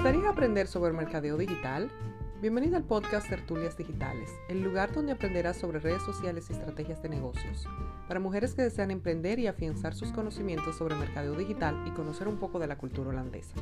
gustaría aprender sobre mercadeo digital? Bienvenida al podcast Tertulias Digitales, el lugar donde aprenderás sobre redes sociales y estrategias de negocios, para mujeres que desean emprender y afianzar sus conocimientos sobre mercadeo digital y conocer un poco de la cultura holandesa.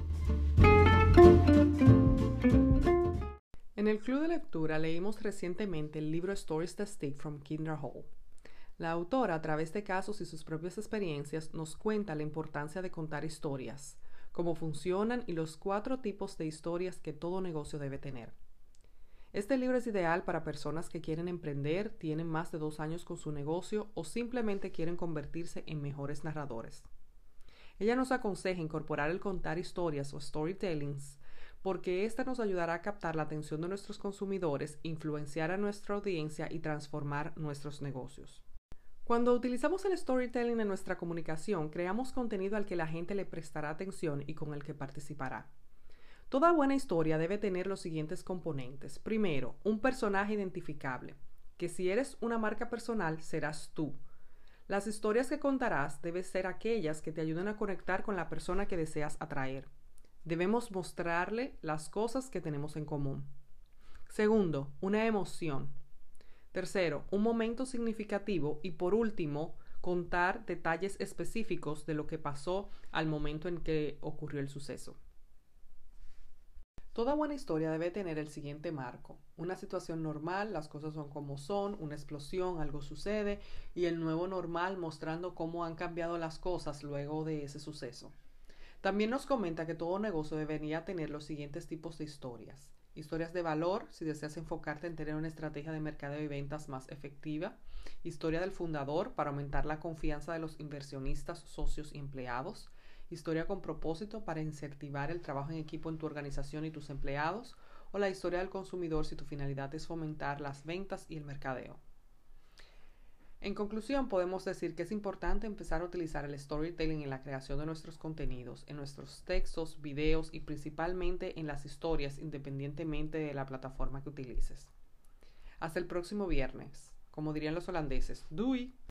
En el club de lectura leímos recientemente el libro Stories That Stick from Kindra Hall. La autora, a través de casos y sus propias experiencias, nos cuenta la importancia de contar historias, cómo funcionan y los 4 tipos de historias que todo negocio debe tener. Este libro es ideal para personas que quieren emprender, tienen más de 2 años con su negocio o simplemente quieren convertirse en mejores narradores. Ella nos aconseja incorporar el contar historias o storytellings porque esta nos ayudará a captar la atención de nuestros consumidores, influenciar a nuestra audiencia y transformar nuestros negocios. Cuando utilizamos el storytelling en nuestra comunicación, creamos contenido al que la gente le prestará atención y con el que participará. Toda buena historia debe tener los siguientes componentes. Primero, un personaje identificable, que si eres una marca personal, serás tú. Las historias que contarás deben ser aquellas que te ayuden a conectar con la persona que deseas atraer. Debemos mostrarle las cosas que tenemos en común. Segundo, una emoción. Tercero, un momento significativo y por último, contar detalles específicos de lo que pasó al momento en que ocurrió el suceso. Toda buena historia debe tener el siguiente marco: una situación normal, las cosas son como son, una explosión, algo sucede, y el nuevo normal mostrando cómo han cambiado las cosas luego de ese suceso. También nos comenta que todo negocio debería tener los siguientes tipos de historias. Historias de valor, si deseas enfocarte en tener una estrategia de mercadeo y ventas más efectiva. Historia del fundador, para aumentar la confianza de los inversionistas, socios y empleados. Historia con propósito, para incentivar el trabajo en equipo en tu organización y tus empleados. O la historia del consumidor, si tu finalidad es fomentar las ventas y el mercadeo. En conclusión, podemos decir que es importante empezar a utilizar el storytelling en la creación de nuestros contenidos, en nuestros textos, videos y principalmente en las historias, independientemente de la plataforma que utilices. Hasta el próximo viernes. Como dirían los holandeses, doei!